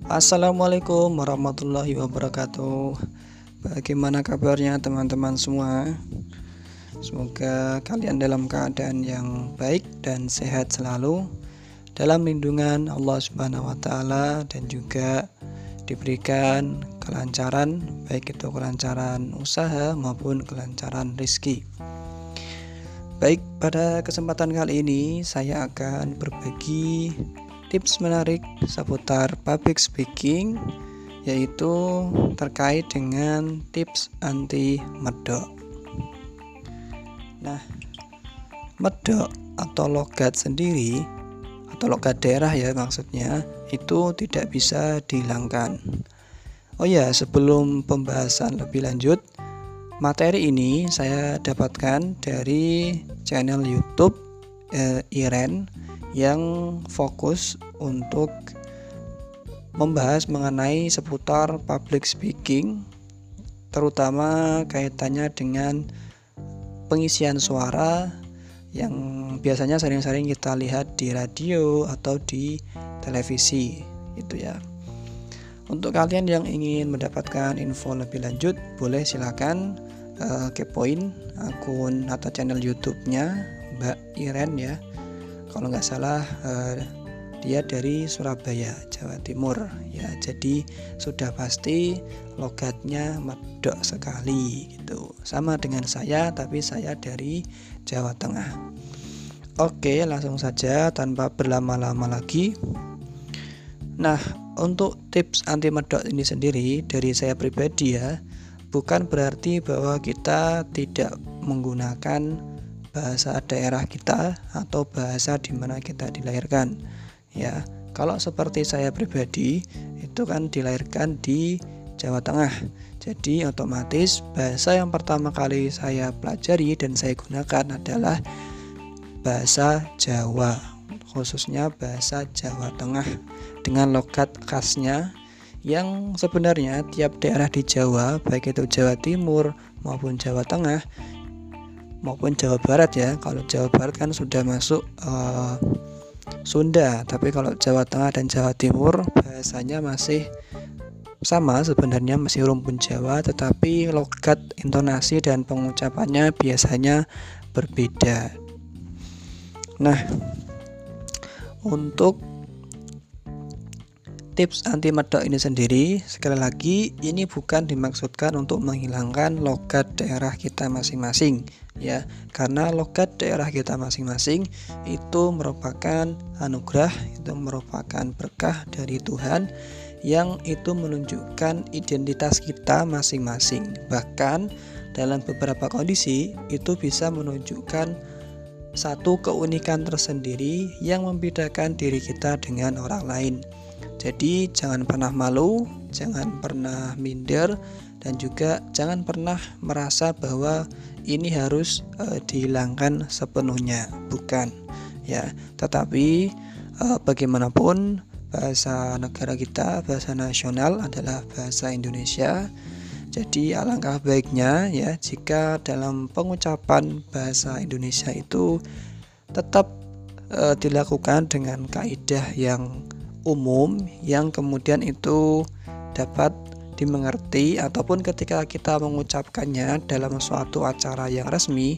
Assalamualaikum warahmatullahi wabarakatuh. Bagaimana kabarnya teman-teman semua? Semoga kalian dalam keadaan yang baik dan sehat selalu, dalam lindungan Allah Subhanahu wa taala, dan juga diberikan kelancaran, baik itu kelancaran usaha maupun kelancaran rezeki. Baik, pada kesempatan kali ini saya akan berbagi tips menarik seputar public speaking, yaitu terkait dengan tips anti medok. Nah, medok atau logat sendiri atau logat daerah ya maksudnya, itu tidak bisa dihilangkan. Oh ya, sebelum pembahasan lebih lanjut, materi ini saya dapatkan dari channel YouTube Iren yang fokus untuk membahas mengenai seputar public speaking, terutama kaitannya dengan pengisian suara yang biasanya sering-sering kita lihat di radio atau di televisi itu ya. Untuk kalian yang ingin mendapatkan info lebih lanjut, boleh silakan kepoin akun atau channel YouTube-nya Mbak Iren ya. Kalau nggak salah dia dari Surabaya, Jawa Timur ya. Jadi sudah pasti logatnya medok sekali gitu. Sama dengan saya, tapi saya dari Jawa Tengah. Oke, langsung saja tanpa berlama-lama lagi. Nah, untuk tips anti medok ini sendiri dari saya pribadi ya, bukan berarti bahwa kita tidak menggunakan bahasa daerah kita atau bahasa di mana kita dilahirkan ya. Kalau seperti saya pribadi itu kan dilahirkan di Jawa Tengah, jadi otomatis bahasa yang pertama kali saya pelajari dan saya gunakan adalah bahasa Jawa, khususnya bahasa Jawa Tengah dengan logat khasnya yang sebenarnya tiap daerah di Jawa, baik itu Jawa Timur maupun Jawa Tengah maupun Jawa Barat ya. Kalau Jawa Barat kan sudah masuk Sunda, tapi kalau Jawa Tengah dan Jawa Timur bahasanya masih sama sebenarnya, masih rumpun Jawa, tetapi logat, intonasi dan pengucapannya biasanya berbeda. Nah, untuk tips anti medok ini sendiri, sekali lagi ini bukan dimaksudkan untuk menghilangkan logat daerah kita masing-masing ya, karena logat daerah kita masing-masing itu merupakan anugerah, itu merupakan berkah dari Tuhan yang itu menunjukkan identitas kita masing-masing. Bahkan dalam beberapa kondisi itu bisa menunjukkan satu keunikan tersendiri yang membedakan diri kita dengan orang lain. Jadi jangan pernah malu, jangan pernah minder, dan juga jangan pernah merasa bahwa ini harus dihilangkan sepenuhnya, bukan ya. Tetapi bagaimanapun bahasa negara kita, bahasa nasional adalah bahasa Indonesia. Jadi alangkah baiknya ya jika dalam pengucapan bahasa Indonesia itu tetap dilakukan dengan kaidah yang umum, yang kemudian itu dapat dimengerti, ataupun ketika kita mengucapkannya dalam suatu acara yang resmi,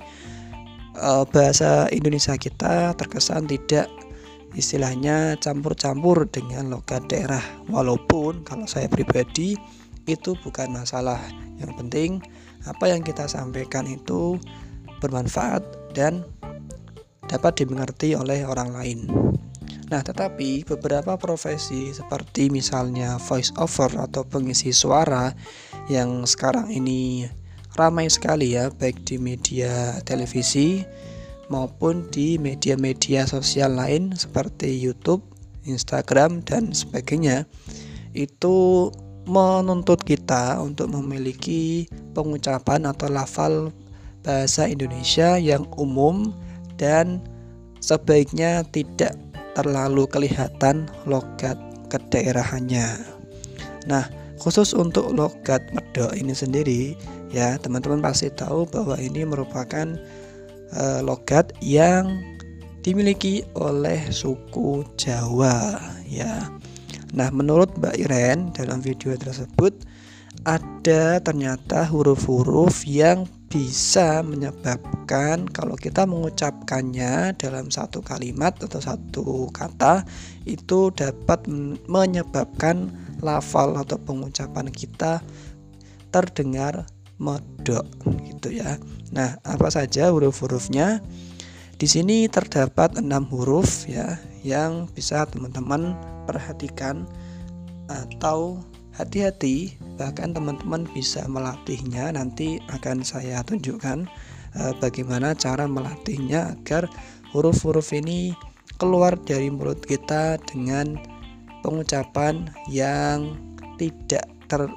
bahasa Indonesia kita terkesan tidak istilahnya campur-campur dengan logat daerah. Walaupun kalau saya pribadi itu bukan masalah, yang penting apa yang kita sampaikan itu bermanfaat dan dapat dimengerti oleh orang lain. Nah, tetapi beberapa profesi seperti misalnya voice over atau pengisi suara yang sekarang ini ramai sekali ya, baik di media televisi maupun di media-media sosial lain seperti YouTube, Instagram, dan sebagainya, itu menuntut kita untuk memiliki pengucapan atau lafal bahasa Indonesia yang umum dan sebaiknya tidak terlalu kelihatan logat kedaerahannya. Nah, khusus untuk logat medok ini sendiri ya, teman-teman pasti tahu bahwa ini merupakan logat yang dimiliki oleh suku Jawa ya. Nah, menurut Mbak Iren dalam video tersebut ada ternyata huruf-huruf yang bisa menyebabkan kalau kita mengucapkannya dalam satu kalimat atau satu kata itu dapat menyebabkan lafal atau pengucapan kita terdengar medok gitu ya. Nah, apa saja huruf-hurufnya? Di sini terdapat 6 huruf ya yang bisa teman-teman perhatikan atau hati-hati, bahkan teman-teman bisa melatihnya. Nanti akan saya tunjukkan bagaimana cara melatihnya agar huruf-huruf ini keluar dari mulut kita dengan pengucapan yang tidak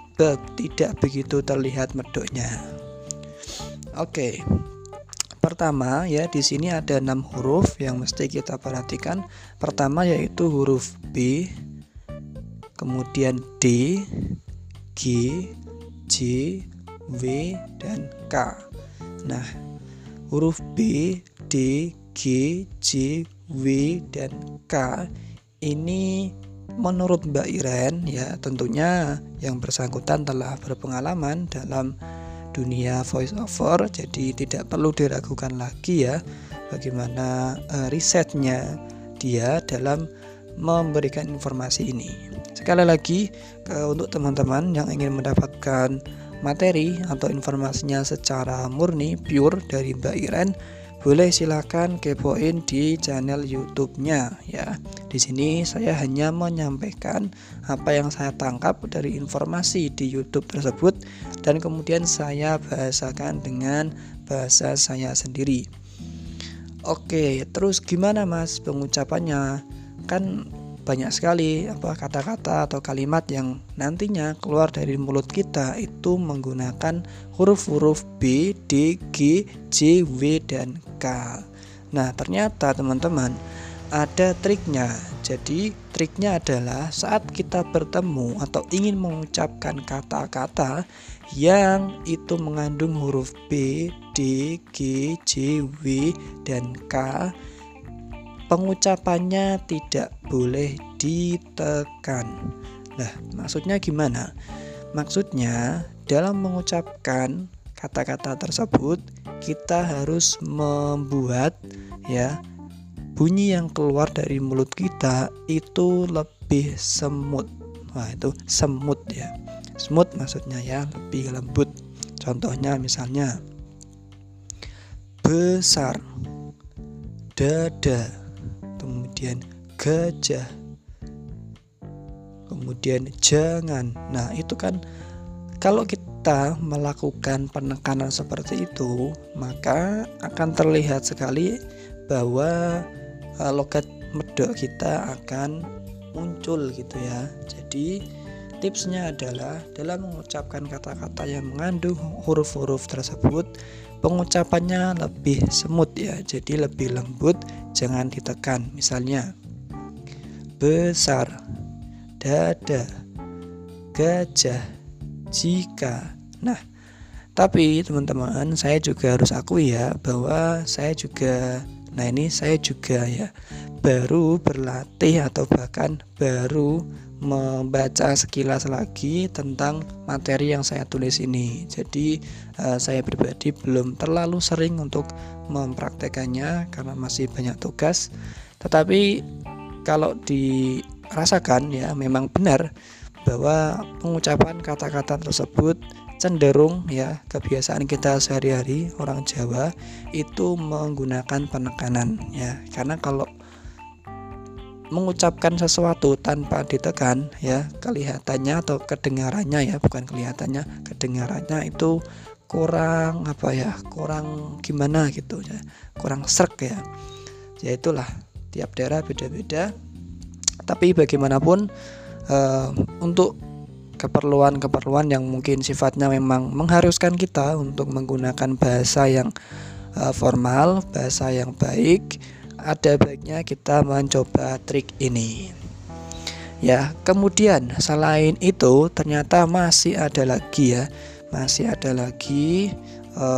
begitu terlihat medoknya. Oke. Pertama ya, di sini ada 6 huruf yang mesti kita perhatikan. Pertama yaitu huruf B, kemudian D, G, J, W, dan K. Nah, huruf B, D, G, J, W, dan K ini menurut Mbak Iren ya, tentunya yang bersangkutan telah berpengalaman dalam dunia voice over, jadi tidak perlu diragukan lagi ya bagaimana risetnya dia dalam memberikan informasi ini. Sekali lagi untuk teman-teman yang ingin mendapatkan materi atau informasinya secara murni pure dari Mbak Iren, boleh silakan kepoin di channel YouTube-nya ya. Di sini saya hanya menyampaikan apa yang saya tangkap dari informasi di YouTube tersebut dan kemudian saya bahasakan dengan bahasa saya sendiri. Oke, terus gimana Mas pengucapannya? Kan banyak sekali kata-kata atau kalimat yang nantinya keluar dari mulut kita itu menggunakan huruf-huruf B, D, G, J, W, dan K. Nah, ternyata teman-teman ada triknya. Jadi triknya adalah saat kita bertemu atau ingin mengucapkan kata-kata yang itu mengandung huruf B, D, G, J, W, dan K, pengucapannya tidak boleh ditekan. Nah, maksudnya gimana? Maksudnya dalam mengucapkan kata-kata tersebut kita harus membuat ya bunyi yang keluar dari mulut kita itu lebih semut. Nah, itu semut ya. Smooth maksudnya ya, lebih lembut. Contohnya misalnya besar, dada, kemudian gajah, kemudian jangan. Nah, itu kan kalau kita melakukan penekanan seperti itu, maka akan terlihat sekali bahwa logat medok kita akan muncul gitu ya. Jadi tipsnya adalah dalam mengucapkan kata-kata yang mengandung huruf-huruf tersebut, pengucapannya lebih semut ya, jadi lebih lembut, jangan ditekan. Misalnya besar, dada, gajah, jika. Nah, tapi teman-teman, saya juga harus akui ya bahwa saya juga ya baru berlatih atau bahkan baru membaca sekilas lagi tentang materi yang saya tulis ini. Jadi saya pribadi belum terlalu sering untuk mempraktekannya karena masih banyak tugas. Tetapi kalau dirasakan ya memang benar bahwa pengucapan kata-kata tersebut cenderung ya, kebiasaan kita sehari-hari orang Jawa itu menggunakan penekanan ya. Karena kalau mengucapkan sesuatu tanpa ditekan ya, kelihatannya atau kedengarannya ya, bukan kelihatannya, kedengarannya itu kurang kurang gimana gitu ya, kurang srek ya. Ya itulah, tiap daerah beda-beda. Tapi bagaimanapun untuk keperluan yang mungkin sifatnya memang mengharuskan kita untuk menggunakan bahasa yang formal, bahasa yang baik, ada baiknya kita mencoba trik ini. Ya, kemudian selain itu ternyata masih ada lagi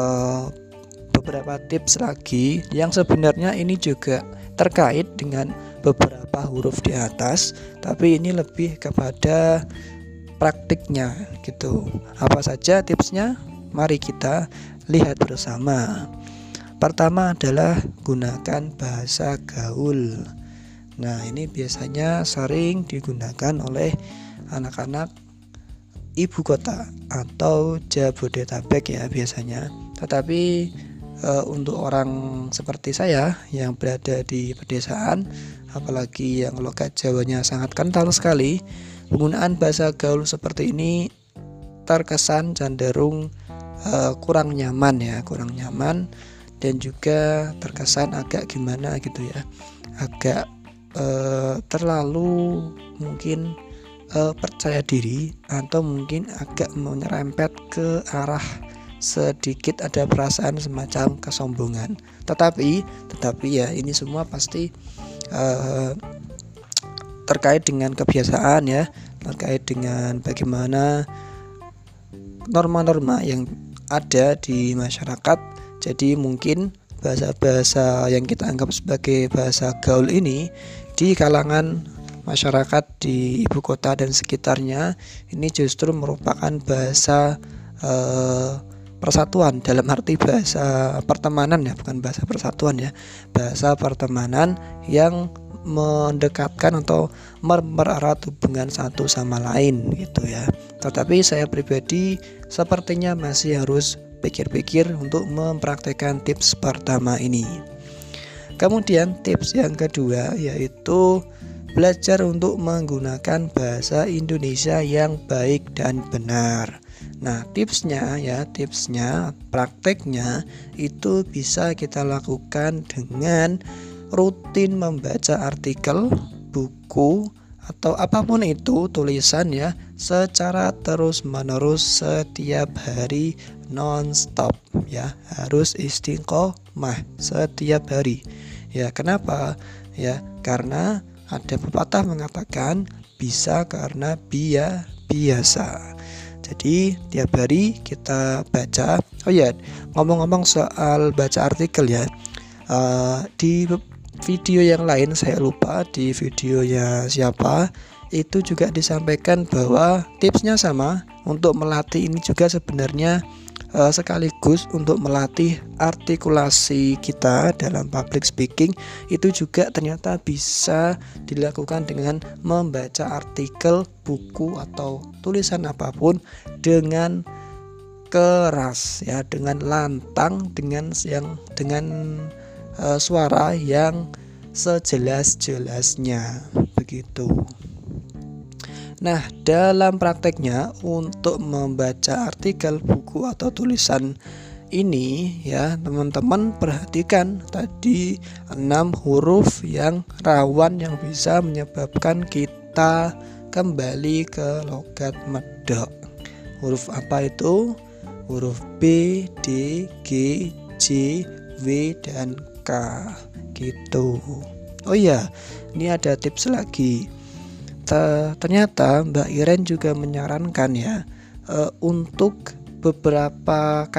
beberapa tips lagi yang sebenarnya ini juga terkait dengan beberapa huruf di atas, tapi ini lebih kepada praktiknya gitu. Apa saja tipsnya? Mari kita lihat bersama. Pertama adalah gunakan bahasa gaul. Nah, ini biasanya sering digunakan oleh anak-anak ibu kota atau Jabodetabek ya biasanya. Tetapi untuk orang seperti saya yang berada di pedesaan, apalagi yang logat Jawanya sangat kental sekali, penggunaan bahasa gaul seperti ini terkesan cenderung kurang nyaman ya, kurang nyaman, dan juga terkesan agak gimana gitu ya, agak terlalu mungkin percaya diri, atau mungkin agak menyerempet ke arah sedikit ada perasaan semacam kesombongan. Tetapi ya ini semua pasti terkait dengan kebiasaan ya, terkait dengan bagaimana norma-norma yang ada di masyarakat. Jadi mungkin bahasa-bahasa yang kita anggap sebagai bahasa gaul ini di kalangan masyarakat di ibu kota dan sekitarnya ini justru merupakan bahasa persatuan, dalam arti bahasa pertemanan ya, bukan bahasa persatuan ya, bahasa pertemanan yang mendekatkan atau mempererat hubungan satu sama lain gitu ya. Tetapi saya pribadi sepertinya masih harus pikir-pikir untuk mempraktekkan tips pertama ini. Kemudian tips yang kedua yaitu belajar untuk menggunakan bahasa Indonesia yang baik dan benar. Nah, tipsnya, prakteknya itu bisa kita lakukan dengan rutin membaca artikel, buku, atau apapun itu tulisan ya, secara terus-menerus setiap hari non-stop ya, harus istiqomah setiap hari. Ya, kenapa? Ya, karena ada pepatah mengatakan bisa karena biasa. Jadi tiap hari kita baca. Oh ya, ngomong-ngomong soal baca artikel ya, di video yang lain saya lupa di videonya siapa, itu juga disampaikan bahwa tipsnya sama. Untuk melatih ini juga sebenarnya sekaligus untuk melatih artikulasi kita dalam public speaking. Itu juga ternyata bisa dilakukan dengan membaca artikel, buku, atau tulisan apapun dengan keras ya, dengan lantang, dengan suara yang sejelas-jelasnya begitu. Nah, dalam prakteknya untuk membaca artikel, buku, atau tulisan ini ya, teman-teman perhatikan tadi 6 huruf yang rawan yang bisa menyebabkan kita kembali ke logat medok. Huruf apa itu? Huruf B, D, G, J, W, dan K gitu. Oh iya, ini ada tips lagi. Ternyata Mbak Iren juga menyarankan ya, untuk beberapa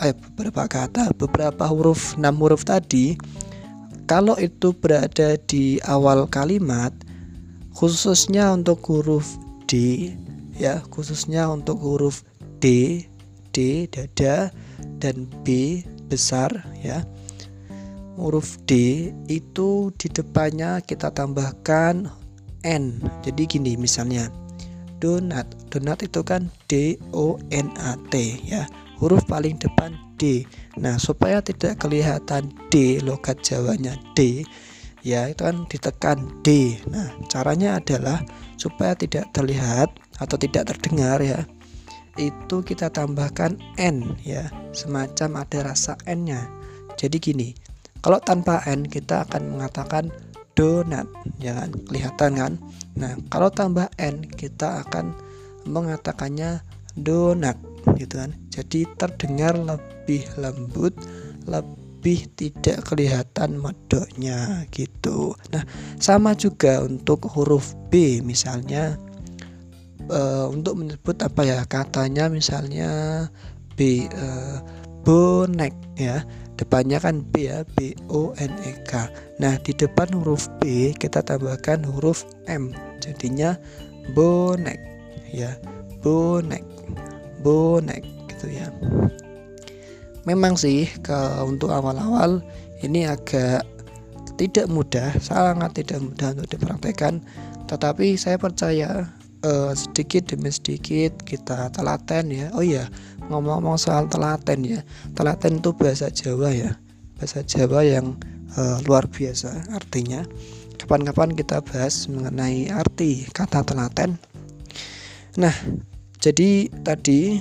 huruf, 6 huruf tadi, kalau itu berada di awal kalimat, khususnya untuk huruf D ya, khususnya untuk huruf D dada, dan B besar ya. Huruf D itu di depannya kita tambahkan N. Jadi gini misalnya, donat itu kan DONAT ya, huruf paling depan D. Nah, supaya tidak kelihatan D, logat Jawanya D ya, itu kan ditekan D. Nah, caranya adalah supaya tidak terlihat atau tidak terdengar ya, itu kita tambahkan N ya, semacam ada rasa N-nya. Jadi gini, kalau tanpa N kita akan mengatakan donat, ya kan? Kelihatan kan? Nah, kalau tambah N kita akan mengatakannya donat gitu kan. Jadi terdengar lebih lembut, lebih tidak kelihatan medoknya gitu. Nah, sama juga untuk huruf B misalnya, untuk menyebut katanya misalnya B, bonek ya. depannya kan B ya, BONEK. Nah, di depan huruf B kita tambahkan huruf M, jadinya bonek ya, bonek gitu ya. Memang sih untuk awal-awal ini agak tidak mudah, sangat tidak mudah untuk dipraktekkan, tetapi saya percaya sedikit demi sedikit kita telaten ya. Oh iya, ngomong-ngomong soal telaten ya, telaten itu bahasa Jawa ya, bahasa Jawa yang luar biasa artinya. Kapan-kapan kita bahas mengenai arti kata telaten. Nah, jadi tadi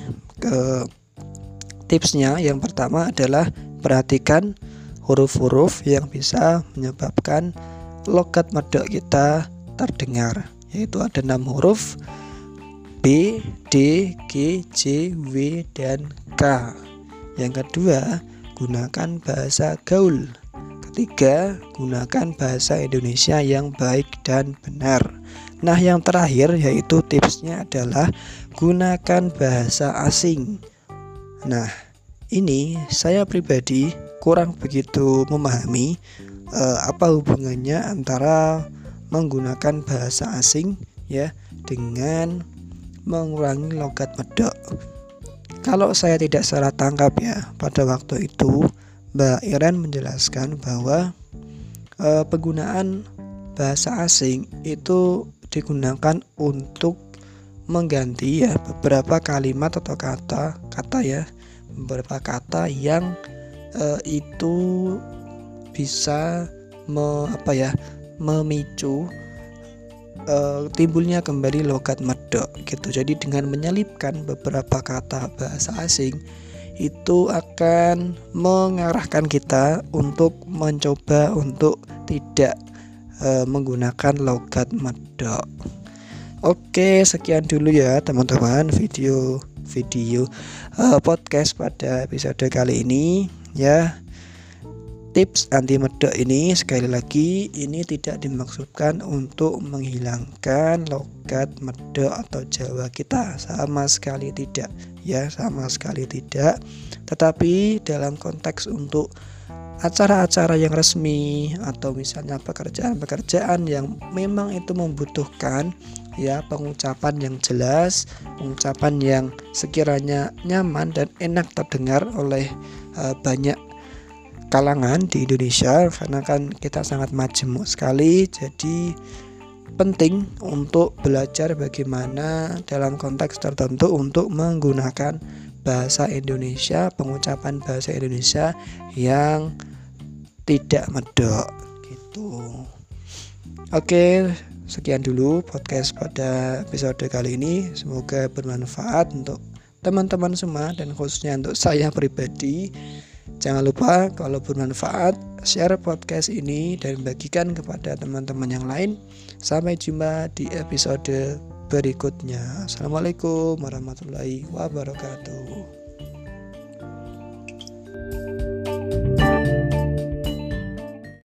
tipsnya yang pertama adalah perhatikan huruf-huruf yang bisa menyebabkan logat medok kita terdengar, yaitu ada 6 huruf B, D, G, J, W, dan K. Yang kedua, gunakan bahasa gaul. Ketiga, gunakan bahasa Indonesia yang baik dan benar. Nah, yang terakhir yaitu tipsnya adalah gunakan bahasa asing. Nah, ini saya pribadi kurang begitu memahami apa hubungannya antara menggunakan bahasa asing ya dengan mengurangi logat medok. Kalau saya tidak salah tangkap ya, pada waktu itu Mbak Iren menjelaskan bahwa penggunaan bahasa asing itu digunakan untuk mengganti ya beberapa kalimat atau kata ya, beberapa kata yang itu bisa memicu timbulnya kembali logat medok gitu. Jadi dengan menyelipkan beberapa kata bahasa asing itu akan mengarahkan kita untuk mencoba untuk tidak menggunakan logat medok. Oke, sekian dulu ya teman-teman video podcast pada episode kali ini ya. Tips anti medok ini sekali lagi ini tidak dimaksudkan untuk menghilangkan logat medok atau Jawa kita, sama sekali tidak ya, sama sekali tidak. Tetapi dalam konteks untuk acara-acara yang resmi atau misalnya pekerjaan-pekerjaan yang memang itu membutuhkan ya pengucapan yang jelas, pengucapan yang sekiranya nyaman dan enak terdengar oleh banyak kalangan di Indonesia, karena kan kita sangat majemuk sekali. Jadi penting untuk belajar bagaimana dalam konteks tertentu untuk menggunakan bahasa Indonesia, pengucapan bahasa Indonesia yang tidak medok gitu. Oke, sekian dulu podcast pada episode kali ini. Semoga bermanfaat untuk teman-teman semua dan khususnya untuk saya pribadi. Jangan lupa kalau bermanfaat share podcast ini dan bagikan kepada teman-teman yang lain. Sampai jumpa di episode berikutnya. Assalamualaikum warahmatullahi wabarakatuh.